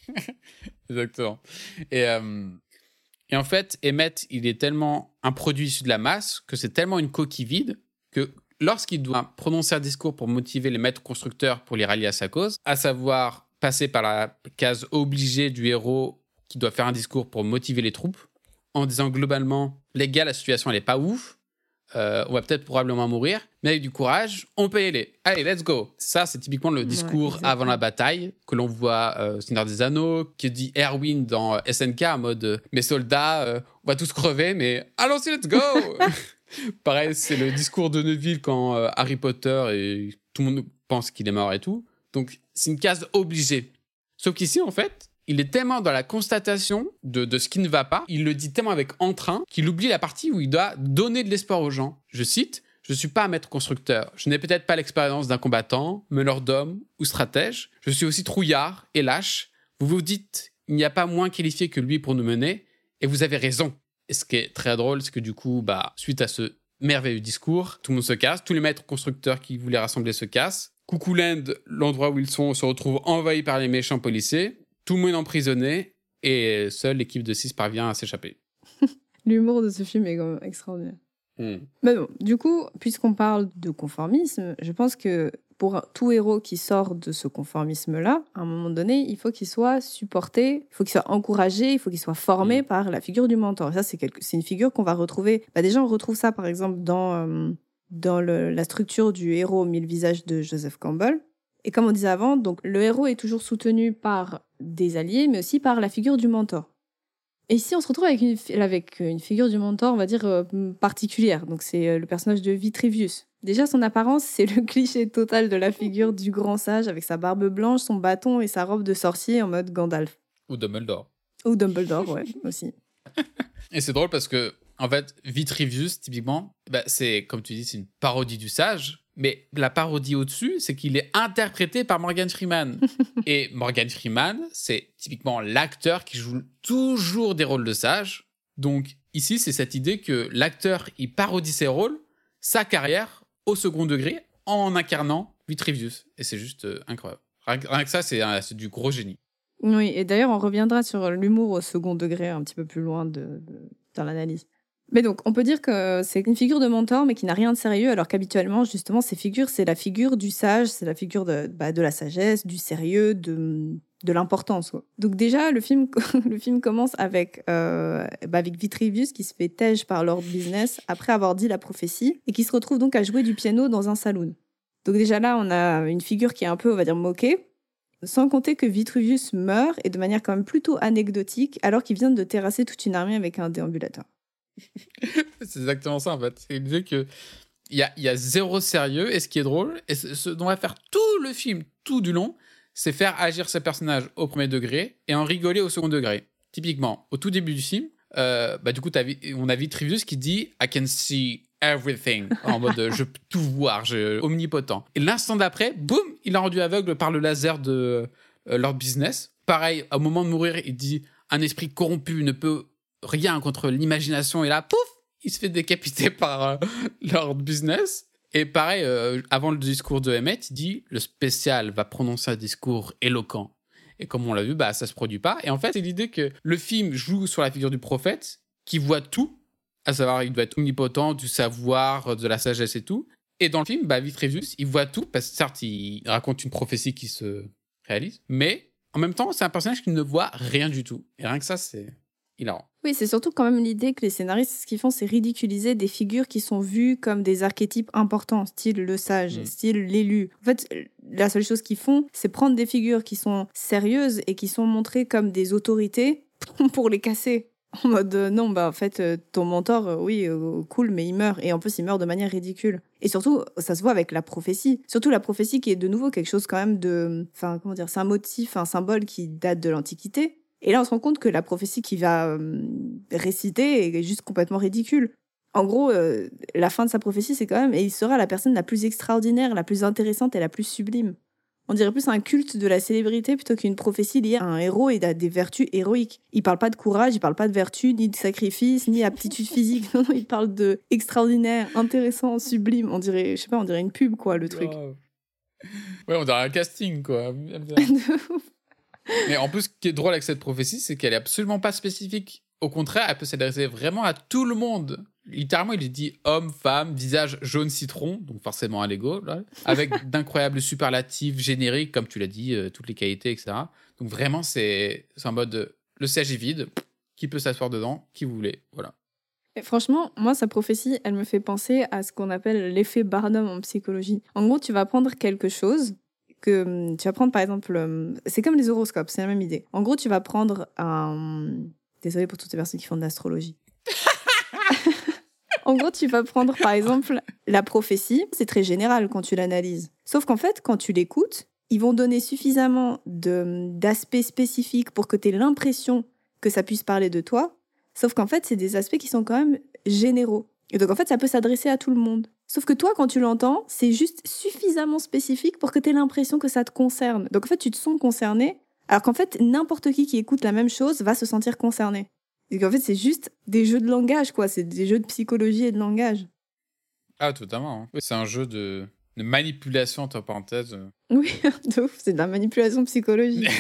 Exactement. Et, euh, et en fait, Emmett, il est tellement un produit issu de la masse que c'est tellement une coquille vide que lorsqu'il doit prononcer un discours pour motiver les maîtres constructeurs pour les rallier à sa cause, à savoir passer par la case obligée du héros qui doit faire un discours pour motiver les troupes, en disant globalement, les gars, la situation, elle est pas ouf, euh, on va peut-être probablement mourir, mais avec du courage, on peut y aller. Allez, let's go. Ça, c'est typiquement le discours ouais, avant la bataille, que l'on voit euh, Seigneur des Anneaux, qui dit Erwin dans euh, S N K, en mode, euh, mes soldats, euh, on va tous crever, mais allons-y, let's go. Pareil, c'est le discours de Neville quand euh, Harry Potter, et tout le monde pense qu'il est mort et tout. Donc, c'est une case obligée. Sauf qu'ici, en fait, il est tellement dans la constatation de, de ce qui ne va pas, il le dit tellement avec entrain qu'il oublie la partie où il doit donner de l'espoir aux gens. Je cite, « Je ne suis pas un maître constructeur. Je n'ai peut-être pas l'expérience d'un combattant, meneur d'hommes ou stratège. Je suis aussi trouillard et lâche. Vous vous dites, il n'y a pas moins qualifié que lui pour nous mener, et vous avez raison. » Et ce qui est très drôle, c'est que du coup, bah, suite à ce merveilleux discours, tout le monde se casse, tous les maîtres constructeurs qui voulaient rassembler se cassent. Coucouland, l'endroit où ils sont, se retrouve envahi par les méchants policiers. Tout le monde emprisonné et seule l'équipe de six parvient à s'échapper. L'humour de ce film est quand même extraordinaire. Mm. Mais bon, du coup, puisqu'on parle de conformisme, je pense que pour tout héros qui sort de ce conformisme-là, à un moment donné, il faut qu'il soit supporté, il faut qu'il soit encouragé, il faut qu'il soit formé mm. par la figure du mentor. Et ça, c'est, quelque... c'est une figure qu'on va retrouver... Bah déjà, on retrouve ça, par exemple, dans, euh, dans le, la structure du héros aux mille visages de Joseph Campbell. Et comme on disait avant, donc, le héros est toujours soutenu par des alliés, mais aussi par la figure du mentor. Et ici, on se retrouve avec une, avec une figure du mentor, on va dire, euh, particulière. Donc, c'est euh, le personnage de Vitrivius. Déjà, son apparence, c'est le cliché total de la figure du grand sage, avec sa barbe blanche, son bâton et sa robe de sorcier en mode Gandalf. Ou Dumbledore. Ou Dumbledore, ouais, aussi. Et c'est drôle parce que, en fait, Vitrivius, typiquement, bah, c'est, comme tu dis, c'est une parodie du sage. Mais la parodie au-dessus, c'est qu'il est interprété par Morgan Freeman. Et Morgan Freeman, c'est typiquement l'acteur qui joue toujours des rôles de sage. Donc ici, c'est cette idée que l'acteur, il parodie ses rôles, sa carrière, au second degré, en incarnant Vitrivius. Et c'est juste euh, incroyable. Rien que ça, c'est, euh, c'est du gros génie. Oui, et d'ailleurs, on reviendra sur l'humour au second degré, un petit peu plus loin de, de, dans l'analyse. Mais donc, on peut dire que c'est une figure de mentor, mais qui n'a rien de sérieux, alors qu'habituellement, justement, ces figures, c'est la figure du sage, c'est la figure de, bah, de la sagesse, du sérieux, de, de l'importance, quoi. Donc déjà, le film, le film commence avec, euh, bah, avec Vitrivius qui se fait tège par Lord Business après avoir dit la prophétie, et qui se retrouve donc à jouer du piano dans un saloon. Donc déjà là, on a une figure qui est un peu, on va dire, moquée, sans compter que Vitrivius meurt, et de manière quand même plutôt anecdotique, alors qu'il vient de terrasser toute une armée avec un déambulateur. C'est exactement ça, en fait. C'est l'idée qu'il y a, y a zéro sérieux, et ce qui est drôle, et ce dont on va faire tout le film, tout du long, c'est faire agir ces personnages au premier degré et en rigoler au second degré. typiquement, au tout début du film, euh, bah, du coup, t'as, on a Vitruvius qui dit « I can see everything », en mode euh, « je peux tout voir, je, omnipotent ». Et l'instant d'après, boum, il est rendu aveugle par le laser de euh, Lord Business. Pareil, au moment de mourir, il dit « un esprit corrompu ne peut rien contre l'imagination ». Et là, pouf, il se fait décapiter par euh, Lord Business. Et pareil, euh, avant le discours de Emmett, il dit « le spécial va prononcer un discours éloquent ». Et comme on l'a vu, bah, ça se produit pas. Et en fait, c'est l'idée que le film joue sur la figure du prophète qui voit tout, à savoir, il doit être omnipotent, du savoir, de la sagesse et tout. Et dans le film, bah, Vitruvius, il voit tout, parce que certes, il raconte une prophétie qui se réalise, mais en même temps, c'est un personnage qui ne voit rien du tout. Et rien que ça, c'est hilarant. Oui, c'est surtout quand même l'idée que les scénaristes, ce qu'ils font, c'est ridiculiser des figures qui sont vues comme des archétypes importants, style le sage, mmh. style l'élu. En fait, la seule chose qu'ils font, c'est prendre des figures qui sont sérieuses et qui sont montrées comme des autorités pour les casser. En mode, euh, non, bah en fait, euh, ton mentor, euh, oui, euh, cool, mais il meurt. Et en plus, il meurt de manière ridicule. Et surtout, ça se voit avec la prophétie. Surtout la prophétie qui est de nouveau quelque chose quand même de... Enfin, comment dire, c'est un motif, un symbole qui date de l'Antiquité. Et là, on se rend compte que la prophétie qu'il va euh, réciter est juste complètement ridicule. En gros, euh, la fin de sa prophétie, c'est quand même... Et il sera la personne la plus extraordinaire, la plus intéressante et la plus sublime. On dirait plus un culte de la célébrité plutôt qu'une prophétie liée à un héros et à des vertus héroïques. Il parle pas de courage, il parle pas de vertu, ni de sacrifice, ni aptitude physique. Non, non, il parle de extraordinaire, intéressant, sublime. On dirait, je sais pas, on dirait une pub, quoi, le truc. Wow. Ouais, on dirait un casting, quoi. Mais en plus, ce qui est drôle avec cette prophétie, c'est qu'elle est absolument pas spécifique. Au contraire, elle peut s'adresser vraiment à tout le monde. Littéralement, il est dit homme, femme, visage jaune citron, donc forcément un Lego, là, avec d'incroyables superlatifs génériques, comme tu l'as dit, euh, toutes les qualités, et cetera. Donc vraiment, c'est, c'est en mode euh, le siège est vide, qui peut s'asseoir dedans, qui vous voulez, voilà. Et franchement, moi, sa prophétie, elle me fait penser à ce qu'on appelle l'effet Barnum en psychologie. En gros, tu vas prendre quelque chose que tu vas prendre, par exemple, c'est comme les horoscopes, c'est la même idée. En gros, tu vas prendre un... Désolée pour toutes les personnes qui font de l'astrologie. En gros, tu vas prendre, par exemple, la prophétie. C'est très général quand tu l'analyses. Sauf qu'en fait, quand tu l'écoutes, ils vont donner suffisamment de, d'aspects spécifiques pour que tu aies l'impression que ça puisse parler de toi. Sauf qu'en fait, c'est des aspects qui sont quand même généraux. Et donc, en fait, ça peut s'adresser à tout le monde. Sauf que toi, quand tu l'entends, c'est juste suffisamment spécifique pour que tu aies l'impression que ça te concerne. Donc, en fait, tu te sens concerné, alors qu'en fait, n'importe qui qui écoute la même chose va se sentir concerné. Et qu'en fait, c'est juste des jeux de langage, quoi. C'est des jeux de psychologie et de langage. Ah, totalement. Hein. C'est un jeu de, de manipulation, entre parenthèses. Oui, de ouf. C'est de la manipulation psychologique.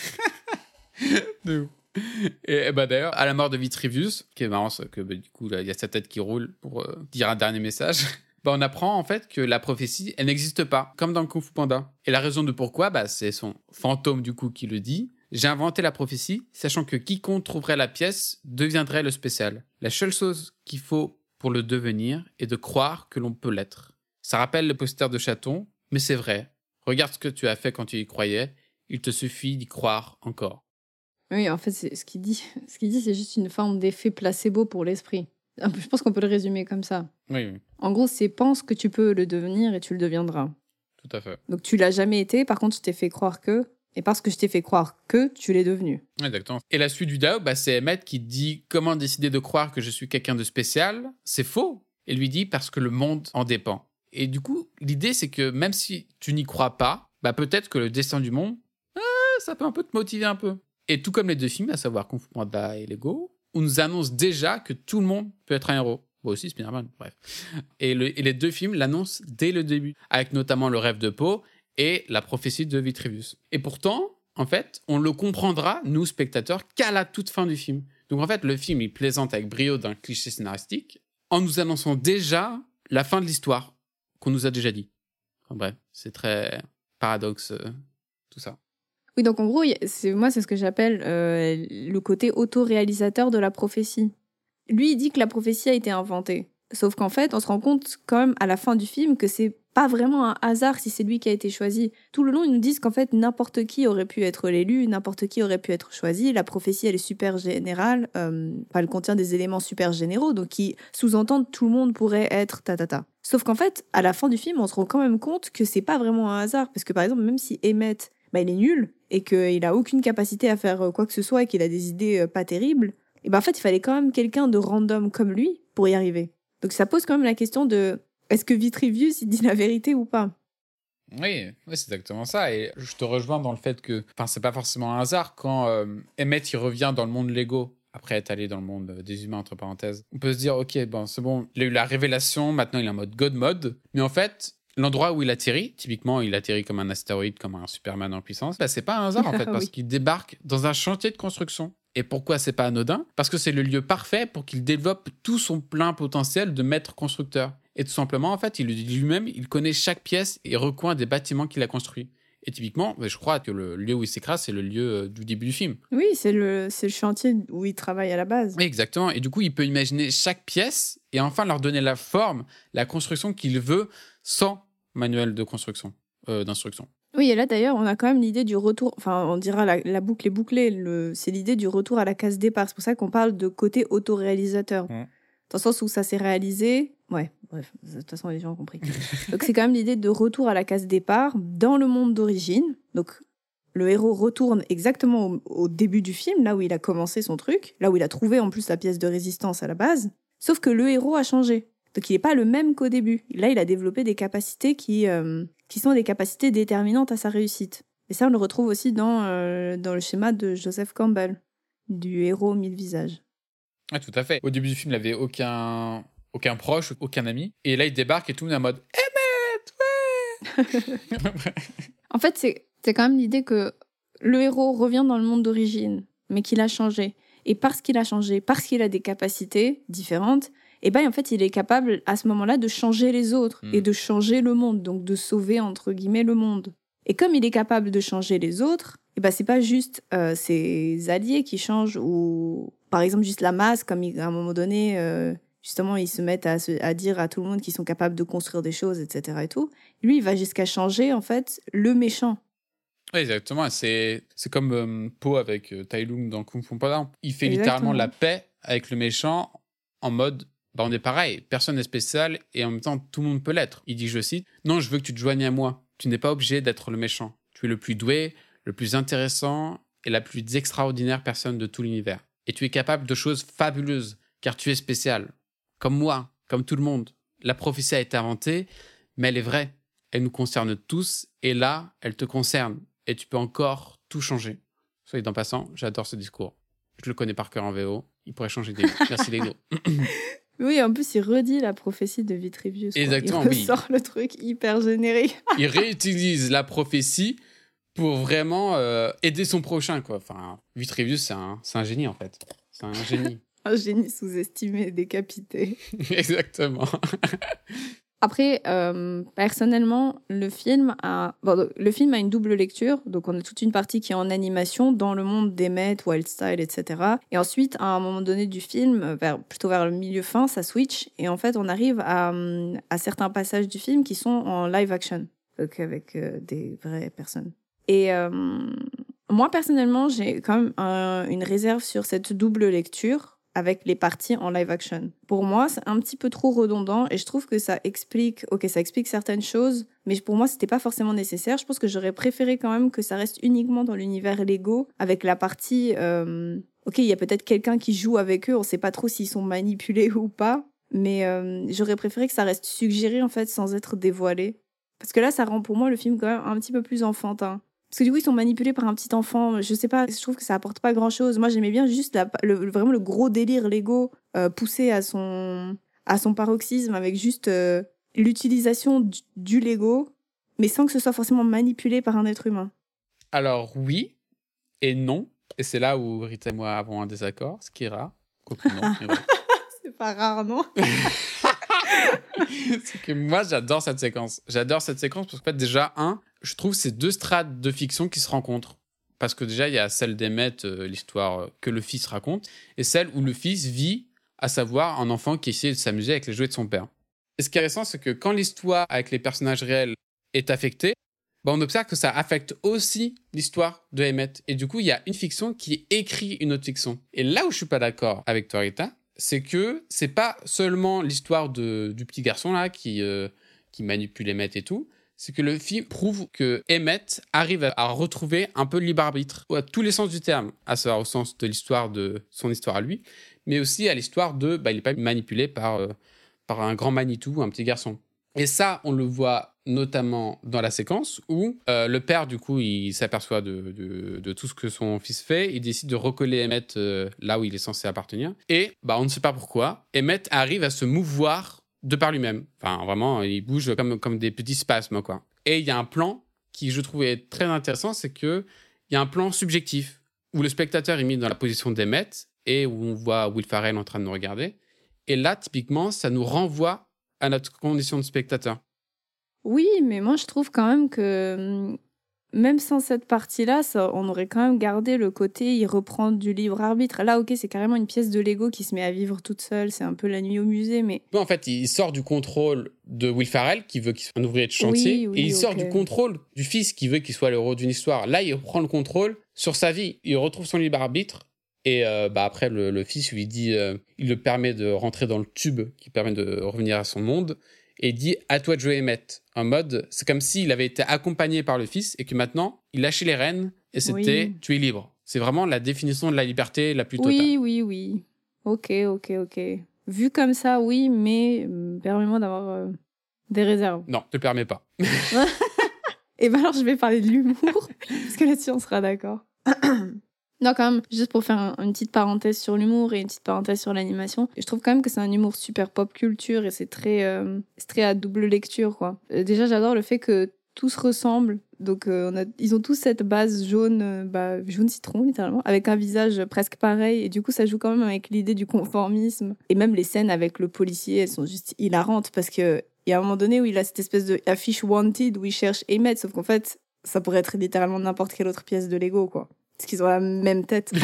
De ouf. Et, et bah d'ailleurs, à la mort de Vitruvius, qui est marrant, c'est que bah, du coup, il y a sa tête qui roule pour euh, dire un dernier message. Bah, on apprend en fait que la prophétie, elle n'existe pas, comme dans Kung Fu Panda. Et la raison de pourquoi, bah, c'est son fantôme du coup qui le dit. J'ai inventé la prophétie, sachant que quiconque trouverait la pièce deviendrait le spécial. La seule chose qu'il faut pour le devenir est de croire que l'on peut l'être. Ça rappelle le poster de Chaton, mais c'est vrai. Regarde ce que tu as fait quand tu y croyais. Il te suffit d'y croire encore. Oui, en fait, c'est, ce qu'il dit, ce qu'il dit, c'est juste une forme d'effet placebo pour l'esprit. Je pense qu'on peut le résumer comme ça. Oui, oui. En gros, c'est pense que tu peux le devenir et tu le deviendras. Tout à fait. Donc tu l'as jamais été, par contre, je t'ai fait croire que, et parce que je t'ai fait croire que, tu l'es devenu. Exactement. Et la suite du Dao, bah, c'est Emmett qui dit comment décider de croire que je suis quelqu'un de spécial. C'est faux. Et lui dit parce que le monde en dépend. Et du coup, l'idée, c'est que même si tu n'y crois pas, bah, peut-être que le destin du monde, ah, ça peut un peu te motiver un peu. Et tout comme les deux films, à savoir Kung Fu Panda et Lego, on nous annonce déjà que tout le monde peut être un héros. Bon, aussi Spider-Man, bref. Et, le, et les deux films l'annoncent dès le début, avec notamment le rêve de Poe et la prophétie de Vitruvius. Et pourtant, en fait, on le comprendra, nous, spectateurs, qu'à la toute fin du film. Donc en fait, le film, il plaisante avec brio d'un cliché scénaristique, en nous annonçant déjà la fin de l'histoire, qu'on nous a déjà dit. Enfin, bref, c'est très paradoxe, euh, tout ça. Oui, donc en gros, c'est, moi, c'est ce que j'appelle euh, le côté autoréalisateur de la prophétie. Lui, il dit que la prophétie a été inventée. Sauf qu'en fait, on se rend compte quand même à la fin du film que c'est pas vraiment un hasard si c'est lui qui a été choisi. Tout le long, ils nous disent qu'en fait, n'importe qui aurait pu être l'élu, n'importe qui aurait pu être choisi. La prophétie, elle est super générale. Euh, elle contient des éléments super généraux, donc qui sous-entendent tout le monde pourrait être ta ta ta. Sauf qu'en fait, à la fin du film, on se rend quand même compte que c'est pas vraiment un hasard. Parce que par exemple, même si Emmett... bah, il est nul et qu'il a aucune capacité à faire quoi que ce soit et qu'il a des idées pas terribles, et ben en fait, il fallait quand même quelqu'un de random comme lui pour y arriver. Donc ça pose quand même la question de est-ce que Vitruvius, il dit la vérité ou pas ? Oui, oui, c'est exactement ça. Et je te rejoins dans le fait que, enfin, c'est pas forcément un hasard quand euh, Emmett il revient dans le monde Lego après être allé dans le monde des humains entre parenthèses. On peut se dire, ok, bon, c'est bon, il a eu la révélation, maintenant il est en mode God mode. Mais en fait, l'endroit où il atterrit, typiquement, il atterrit comme un astéroïde, comme un Superman en puissance. Bah, c'est pas un hasard en fait, parce oui. qu'il débarque dans un chantier de construction. Et pourquoi c'est pas anodin ? Parce que c'est le lieu parfait pour qu'il développe tout son plein potentiel de maître constructeur. Et tout simplement, en fait, il lui-même, il connaît chaque pièce et recoin des bâtiments qu'il a construits. Et typiquement, je crois que le lieu où il s'écrase, c'est le lieu du début du film. Oui, c'est le, c'est le chantier où il travaille à la base. Oui, exactement. Et du coup, il peut imaginer chaque pièce et enfin leur donner la forme, la construction qu'il veut sans manuel de construction, euh, d'instruction. Oui, et là d'ailleurs, on a quand même l'idée du retour, enfin on dira la, la boucle est bouclée, le, c'est l'idée du retour à la case départ. C'est pour ça qu'on parle de côté autoréalisateur. Mmh. Dans le sens où ça s'est réalisé, ouais, bref, de toute façon les gens ont compris. Donc c'est quand même l'idée de retour à la case départ dans le monde d'origine. Donc le héros retourne exactement au, au début du film, là où il a commencé son truc, là où il a trouvé en plus la pièce de résistance à la base, sauf que le héros a changé. Donc il n'est pas le même qu'au début. Là, il a développé des capacités qui, euh, qui sont des capacités déterminantes à sa réussite. Et ça, on le retrouve aussi dans, euh, dans le schéma de Joseph Campbell, du héros aux mille visages. Ah, tout à fait. Au début du film, il n'avait aucun, aucun proche, aucun ami. Et là, il débarque et tout le monde est en mode « Emmett, ouais !» En fait, c'est, c'est quand même l'idée que le héros revient dans le monde d'origine, mais qu'il a changé. Et parce qu'il a changé, parce qu'il a des capacités différentes, et ben en fait, il est capable à ce moment-là de changer les autres mmh. et de changer le monde, donc de sauver entre guillemets le monde. Et comme il est capable de changer les autres, et ben c'est pas juste euh, ses alliés qui changent ou par exemple juste la masse, comme il, à un moment donné, euh, justement ils se mettent à, se, à dire à tout le monde qu'ils sont capables de construire des choses, et cetera et tout. Lui, il va jusqu'à changer en fait le méchant. Oui, exactement. C'est, c'est comme euh, Po avec euh, Tai Lung dans Kung Fu Panda. Il fait Exactement. littéralement la paix avec le méchant en mode bah, on est pareil, personne n'est spécial et en même temps tout le monde peut l'être. Il dit, je cite, « Non, je veux que tu te joignes à moi. Tu n'es pas obligé d'être le méchant. Tu es le plus doué, le plus intéressant et la plus extraordinaire personne de tout l'univers. Et tu es capable de choses fabuleuses car tu es spécial. Comme moi, comme tout le monde. La prophétie a été inventée, mais elle est vraie. Elle nous concerne tous et là, elle te concerne. Et tu peux encore tout changer. » Soit dit en passant, j'adore ce discours. Je le connais par cœur en V O. Il pourrait changer des vies. Merci les gros. Oui, en plus, il redit la prophétie de Vitruvius. Exactement, il oui. Il ressort le truc hyper générique. Il réutilise la prophétie pour vraiment euh, aider son prochain, quoi. Enfin, Vitruvius, c'est un, c'est un génie, en fait. C'est un génie. Un génie sous-estimé, décapité. Exactement. Après, euh, personnellement, le film, a... Bon, le film a une double lecture. Donc, on a toute une partie qui est en animation dans le monde d'Emmett, Wildstyle, et cetera. Et ensuite, à un moment donné du film, vers, plutôt vers le milieu fin, ça switch. Et en fait, on arrive à, à certains passages du film qui sont en live action, donc avec euh, des vraies personnes. Et euh, moi, personnellement, j'ai quand même un, une réserve sur cette double lecture avec les parties en live action. Pour moi, c'est un petit peu trop redondant et je trouve que ça explique, ok, ça explique certaines choses, mais pour moi, c'était pas forcément nécessaire. Je pense que j'aurais préféré quand même que ça reste uniquement dans l'univers Lego avec la partie, euh, ok, il y a peut-être quelqu'un qui joue avec eux, on sait pas trop s'ils sont manipulés ou pas, mais euh, j'aurais préféré que ça reste suggéré en fait sans être dévoilé. Parce que là, ça rend pour moi le film quand même un petit peu plus enfantin. Parce que du coup, ils sont manipulés par un petit enfant. Je sais pas, je trouve que ça apporte pas grand-chose. Moi, j'aimais bien juste la, le, vraiment le gros délire Lego euh, poussé à son, à son paroxysme avec juste euh, l'utilisation du, du Lego, mais sans que ce soit forcément manipulé par un être humain. Alors oui et non. Et c'est là où Rita et moi avons un désaccord, ce qui est rare. Quoique non, mais voilà. C'est pas rare, non? C'est que moi, j'adore cette séquence. J'adore cette séquence parce qu'en fait, déjà, un, je trouve c'est deux strates de fiction qui se rencontrent. Parce que déjà, il y a celle d'Emmett, euh, l'histoire euh, que le fils raconte, et celle où le fils vit, à savoir un enfant qui essaie de s'amuser avec les jouets de son père. Et ce qui est intéressant, c'est que quand l'histoire avec les personnages réels est affectée, bah, on observe que ça affecte aussi l'histoire de Emmett. Et du coup, il y a une fiction qui écrit une autre fiction. Et là où je suis pas d'accord avec toi, Rita, c'est que c'est pas seulement l'histoire de, du petit garçon là qui, euh, qui manipule Emmett et tout, c'est que le film prouve que Emmett arrive à, à retrouver un peu le libre arbitre, à tous les sens du terme, à savoir au sens de l'histoire de son histoire à lui, mais aussi à l'histoire de, bah, il n'est pas manipulé par, euh, par un grand Manitou, un petit garçon. Et ça, on le voit notamment dans la séquence où euh, le père, du coup, il s'aperçoit de, de, de tout ce que son fils fait. Il décide de recoller Emmett euh, là où il est censé appartenir. Et bah, on ne sait pas pourquoi, Emmett arrive à se mouvoir de par lui-même. Enfin, vraiment, il bouge comme, comme des petits spasmes, quoi. Et il y a un plan qui, je trouvais très intéressant, c'est qu'il y a un plan subjectif où le spectateur est mis dans la position d'Emmett et où on voit Will Ferrell en train de nous regarder. Et là, typiquement, ça nous renvoie à notre condition de spectateur. Oui, mais moi, je trouve quand même que même sans cette partie-là, ça, on aurait quand même gardé le côté il reprend du libre arbitre. Là, ok, c'est carrément une pièce de Lego qui se met à vivre toute seule. C'est un peu la nuit au musée, mais... En fait, il sort du contrôle de Will Ferrell, qui veut qu'il soit un ouvrier de chantier, oui, oui, et il okay. sort du contrôle du fils, qui veut qu'il soit le héros d'une histoire. Là, il reprend le contrôle sur sa vie. Il retrouve son libre arbitre. Et euh, bah après, le, le fils lui dit... Euh, il le permet de rentrer dans le tube qui permet de revenir à son monde. Et il dit « à toi de jouer Emmett ». En mode, c'est comme s'il avait été accompagné par le fils et que maintenant, il lâchait les rênes et c'était oui. « tu es libre ». C'est vraiment la définition de la liberté la plus totale. Oui, oui, oui. Ok, ok, ok. Vu comme ça, oui, mais euh, permets-moi d'avoir euh, des réserves. Non, je te le permets pas. Et bien alors, je vais parler de l'humour, parce que là-dessus, on sera d'accord. Non, quand même, juste pour faire un, une petite parenthèse sur l'humour et une petite parenthèse sur l'animation, je trouve quand même que c'est un humour super pop culture et c'est très, euh, c'est très à double lecture, quoi. Euh, déjà, j'adore le fait que tout se ressemble. Donc, euh, on a, ils ont tous cette base jaune, euh, bah, jaune citron, littéralement, avec un visage presque pareil. Et du coup, ça joue quand même avec l'idée du conformisme. Et même les scènes avec le policier, elles sont juste hilarantes parce que il y a un moment donné où il a cette espèce de affiche wanted où il cherche Emmett, sauf qu'en fait, ça pourrait être littéralement n'importe quelle autre pièce de Lego, quoi. Parce qu'ils ont la même tête.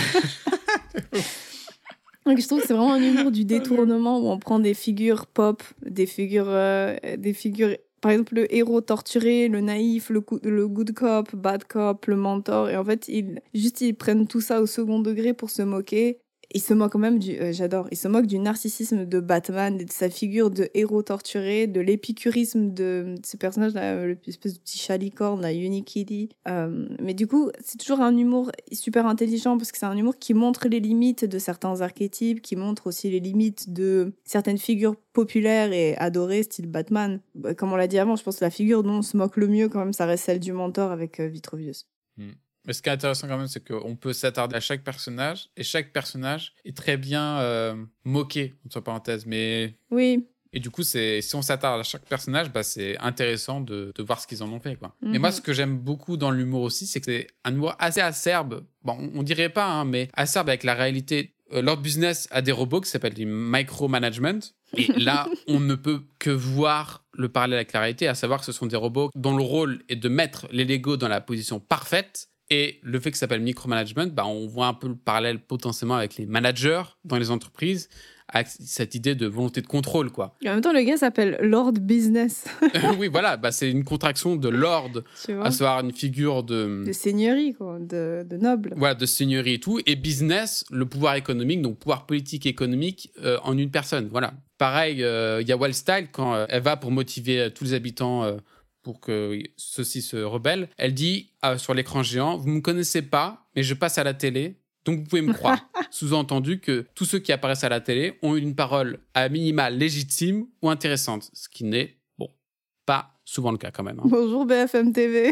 Donc je trouve que c'est vraiment un humour du détournement où on prend des figures pop, des figures, euh, des figures, par exemple le héros torturé, le naïf, le, coup, le good cop, bad cop, le mentor, et en fait ils juste ils prennent tout ça au second degré pour se moquer. Il se moque même du, euh, j'adore, il se moque du narcissisme de Batman, de sa figure de héros torturé, de l'épicurisme de ce personnage-là, l'espèce de petit chat licorne, la Unikitty. Euh, mais du coup, c'est toujours un humour super intelligent parce que c'est un humour qui montre les limites de certains archétypes, qui montre aussi les limites de certaines figures populaires et adorées, style Batman. Comme on l'a dit avant, je pense que la figure dont on se moque le mieux, quand même, ça reste celle du mentor avec euh, Vitruvius. Mm. Mais ce qui est intéressant quand même, c'est qu'on peut s'attarder à chaque personnage, et chaque personnage est très bien euh, moqué, entre parenthèses. Mais... Oui. Et du coup, c'est, si on s'attarde à chaque personnage, bah, c'est intéressant de, de voir ce qu'ils en ont fait, quoi. Mm-hmm. Mais moi, ce que j'aime beaucoup dans l'humour aussi, c'est que c'est un humour assez acerbe. Bon, on, on dirait pas, hein, mais acerbe avec la réalité. Euh, Lord Business a des robots qui s'appellent du micromanagement. Et là, on ne peut que voir le parallèle avec la réalité, à savoir que ce sont des robots dont le rôle est de mettre les Legos dans la position parfaite. Et le fait que ça s'appelle micromanagement, bah, on voit un peu le parallèle potentiellement avec les managers dans les entreprises, avec cette idée de volonté de contrôle, quoi. Et en même temps, le gars s'appelle Lord Business. Oui, voilà, bah, c'est une contraction de lord, à savoir une figure de... De seigneurie, quoi, de, de noble. Voilà, de seigneurie et tout. Et business, le pouvoir économique, donc pouvoir politique et économique euh, en une personne, voilà. Pareil, il euh, y a Wildstyle, quand euh, elle va pour motiver euh, tous les habitants... Euh, pour que ceux-ci se rebellent, elle dit euh, sur l'écran géant, vous ne me connaissez pas, mais je passe à la télé, donc vous pouvez me croire. Sous-entendu que tous ceux qui apparaissent à la télé ont une parole à minima légitime ou intéressante, ce qui n'est, bon, pas souvent le cas quand même. Hein. Bonjour B F M T V.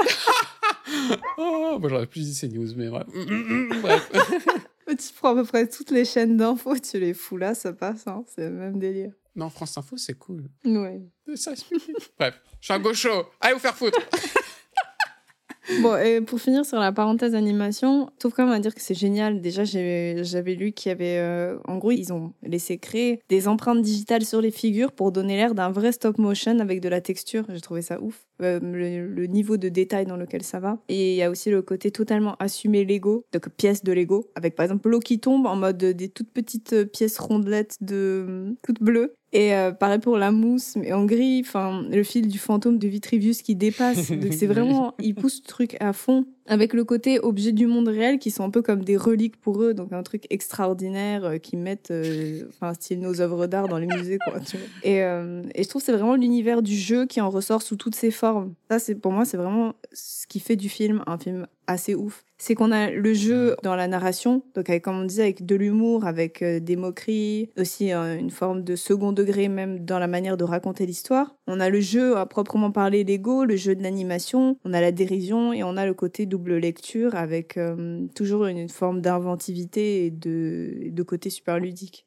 Oh, moi j'aurais plus dit ces news, mais bref. bref. Tu prends à peu près toutes les chaînes d'infos, tu les fous là, ça passe, hein, c'est le même délire. Non, France Info, c'est cool. Ouais. Ça Bref, je suis un gaucho. Allez vous faire foutre. Bon, et pour finir sur la parenthèse animation, je trouve quand même à dire que c'est génial. Déjà, j'ai, j'avais lu qu'il y avait... Euh, en gros, ils ont laissé créer des empreintes digitales sur les figures pour donner l'air d'un vrai stop motion avec de la texture. J'ai trouvé ça ouf. Euh, le, le niveau de détail dans lequel ça va. Et il y a aussi le côté totalement assumé Lego, donc pièces de Lego, avec par exemple l'eau qui tombe en mode des toutes petites pièces rondelettes de toutes bleues. Et euh, pareil pour la mousse, mais en gris, enfin le fil du fantôme de Vitruvius qui dépasse. Donc c'est vraiment, il pousse le truc à fond. Avec le côté objet du monde réel qui sont un peu comme des reliques pour eux, donc un truc extraordinaire euh, qu'ils mettent, euh, enfin, style nos œuvres d'art dans les musées, quoi. Tu vois. Et, euh, et je trouve que c'est vraiment l'univers du jeu qui en ressort sous toutes ses formes. Ça, c'est, pour moi, c'est vraiment ce qui fait du film un film assez ouf. C'est qu'on a le jeu dans la narration, donc avec, comme on disait, avec de l'humour, avec euh, des moqueries, aussi euh, une forme de second degré même dans la manière de raconter l'histoire. On a le jeu à proprement parler Lego, le jeu de l'animation, on a la dérision et on a le côté double lecture avec euh, toujours une, une forme d'inventivité et de, de côté super ludique.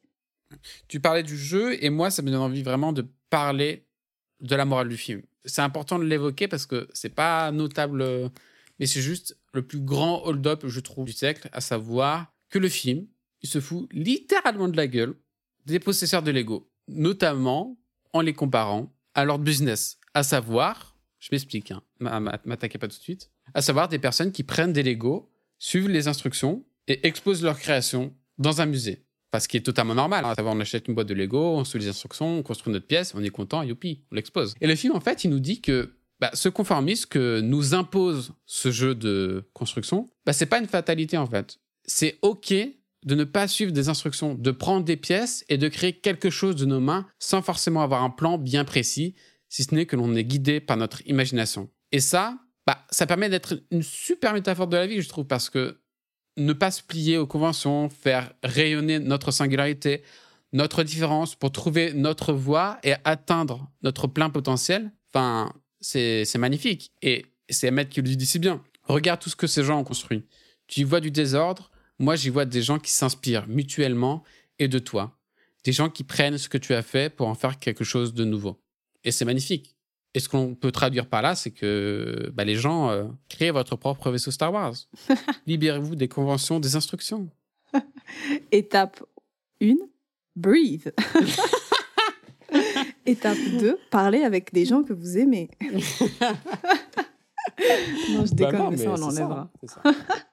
Tu parlais du jeu et moi, ça me donne envie vraiment de parler de la morale du film. C'est important de l'évoquer parce que c'est pas notable, mais c'est juste le plus grand hold-up, je trouve, du siècle, à savoir que le film, il se fout littéralement de la gueule des possesseurs de Lego, notamment en les comparant à leur business, à savoir, je m'explique, hein, m'attaquez pas tout de suite, à savoir des personnes qui prennent des Lego, suivent les instructions et exposent leur création dans un musée. Enfin, ce qui est totalement normal. À savoir, on achète une boîte de Lego, on suit les instructions, on construit notre pièce, on est content, youpi, on l'expose. Et le film, en fait, il nous dit que bah, ce conformisme que nous impose ce jeu de construction, bah, c'est pas une fatalité, en fait. C'est OK de ne pas suivre des instructions, de prendre des pièces et de créer quelque chose de nos mains sans forcément avoir un plan bien précis, si ce n'est que l'on est guidé par notre imagination. Et ça, bah, ça permet d'être une super métaphore de la vie, je trouve, parce que ne pas se plier aux conventions, faire rayonner notre singularité, notre différence pour trouver notre voie et atteindre notre plein potentiel, enfin, c'est, c'est magnifique. Et c'est Emmett qui le dit si bien. Regarde tout ce que ces gens ont construit. Tu y vois du désordre, moi j'y vois des gens qui s'inspirent mutuellement et de toi. Des gens qui prennent ce que tu as fait pour en faire quelque chose de nouveau. Et c'est magnifique. Et ce qu'on peut traduire par là, c'est que bah, les gens, euh, créez votre propre vaisseau Star Wars. Libérez-vous des conventions, des instructions. Étape un, breathe. Étape deux, parlez avec des gens que vous aimez. Non, je déconne, bah non, mais ça, on l'enlèvera. C'est ça, c'est ça.